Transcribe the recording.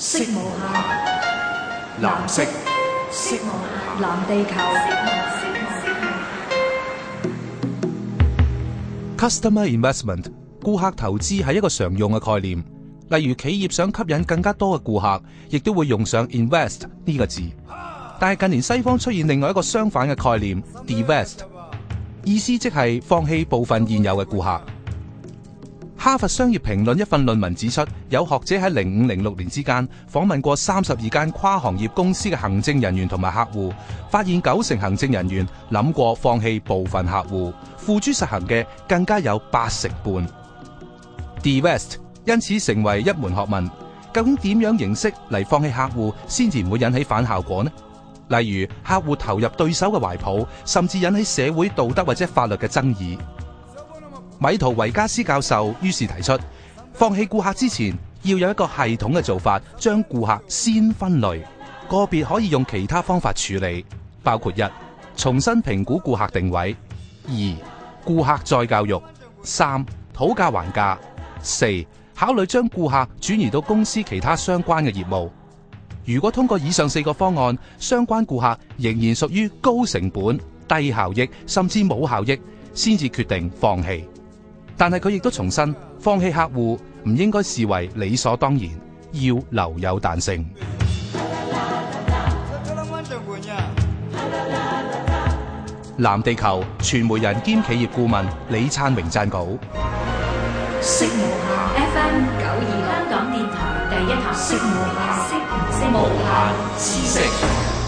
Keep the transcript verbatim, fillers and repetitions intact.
色無限， 藍色， 色無限，藍地球。 Customer investment， 顧客投資係一個常用嘅概念。例如企業想吸引更加多嘅顧客，亦都會用上 invest 呢個字。但係近年西方出現另外一個相反嘅概念 divest， 意思即係放棄部分現有嘅顧客。哈佛商業評論一份論文指出，有學者喺零五零六年之間訪問過三十二間跨行業公司嘅行政人員同埋客戶，發現九成行政人員諗過放棄部分客戶，付諸實行嘅更加有八成半。divest 因此成為一門學問，究竟點樣形式嚟放棄客戶先至唔會引起反效果呢？例如客戶投入對手嘅懷抱，甚至引起社會道德或者法律嘅爭議。米圖維加斯教授於是提出，放棄顧客之前要有一個系統嘅做法，將顧客先分類，個別可以用其他方法處理，包括一、重新評估顧客定位；二、顧客再教育；三、討價還價；四、考慮將顧客轉移到公司其他相關嘅業務。如果通過以上四個方案，相關顧客仍然屬於高成本、低效益，甚至冇效益，先至決定放棄。但係佢亦都重申，放棄客戶唔應該視為理所當然，要留有彈性。藍地球傳媒人兼企業顧問李燦榮撰稿。 色無限 F M 九二香港電台第一台，色無限，色無限知識。